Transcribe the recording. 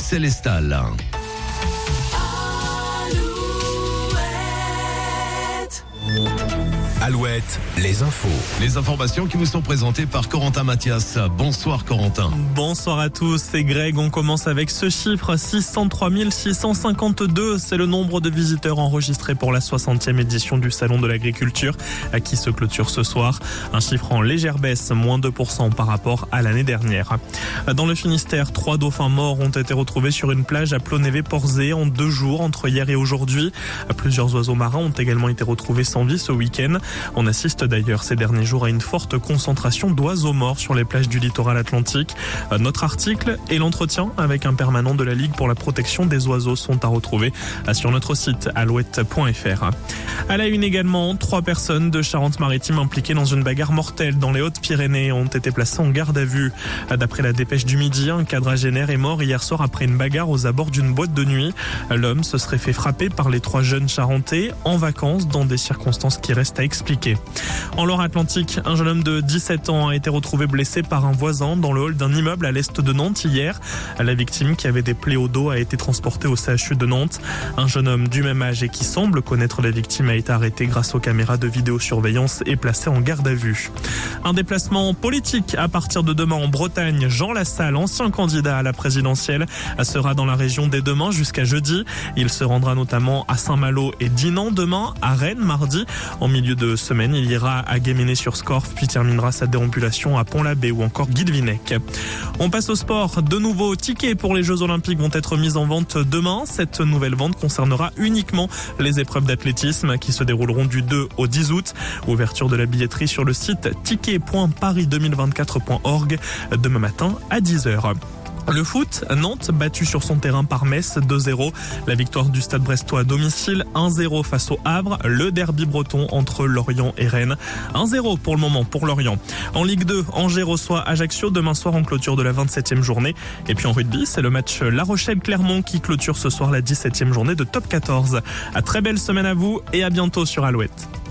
Célestal. Alouette, les infos. Les informations qui vous sont présentées par Corentin Mathias. Bonsoir Corentin. Bonsoir à tous, c'est Greg. On commence avec ce chiffre, 603 652. C'est le nombre de visiteurs enregistrés pour la 60e édition du Salon de l'Agriculture, qui se clôture ce soir. Un chiffre en légère baisse, moins 2% par rapport à l'année dernière. Dans le Finistère, 3 dauphins morts ont été retrouvés sur une plage à Plonévé-Porzé en 2 jours, entre hier et aujourd'hui. Plusieurs oiseaux marins ont également été retrouvés sans vie ce week-end. On assiste d'ailleurs ces derniers jours à une forte concentration d'oiseaux morts sur les plages du littoral atlantique. Notre article et l'entretien avec un permanent de la Ligue pour la protection des oiseaux sont à retrouver sur notre site alouette.fr. À la une également, 3 personnes de Charente-Maritime impliquées dans une bagarre mortelle dans les Hautes-Pyrénées ont été placées en garde à vue. D'après la dépêche du Midi, un quadragénaire est mort hier soir après une bagarre aux abords d'une boîte de nuit. L'homme se serait fait frapper par les 3 jeunes charentais en vacances dans des circonstances qui restent à expliquer. En Loire-Atlantique, un jeune homme de 17 ans a été retrouvé blessé par un voisin dans le hall d'un immeuble à l'est de Nantes hier. La victime, qui avait des plaies au dos, a été transportée au CHU de Nantes. Un jeune homme du même âge et qui semble connaître la victime a été arrêté grâce aux caméras de vidéosurveillance et placé en garde à vue. Un déplacement politique à partir de demain en Bretagne. Jean Lassalle, ancien candidat à la présidentielle, sera dans la région dès demain jusqu'à jeudi. Il se rendra notamment à Saint-Malo et Dinan demain, à Rennes mardi. En milieu de semaine, il ira à Guéméné-sur-Scorff, puis terminera sa déambulation à Pont-l'Abbé ou encore Guilvinec. On passe au sport. De nouveaux tickets pour les Jeux Olympiques vont être mis en vente demain. Cette nouvelle vente concernera uniquement les épreuves d'athlétisme qui se dérouleront du 2 au 10 août. Ouverture de la billetterie sur le site ticket.paris2024.org demain matin à 10h. Le foot, Nantes battu sur son terrain par Metz 2-0. La victoire du Stade Brestois à domicile 1-0 face au Havre. Le derby breton entre Lorient et Rennes 1-0 pour le moment pour Lorient. En Ligue 2, Angers reçoit Ajaccio demain soir en clôture de la 27e journée. Et puis en rugby, c'est le match La Rochelle-Clermont qui clôture ce soir la 17e journée de Top 14. À très belle semaine à vous et à bientôt sur Alouette.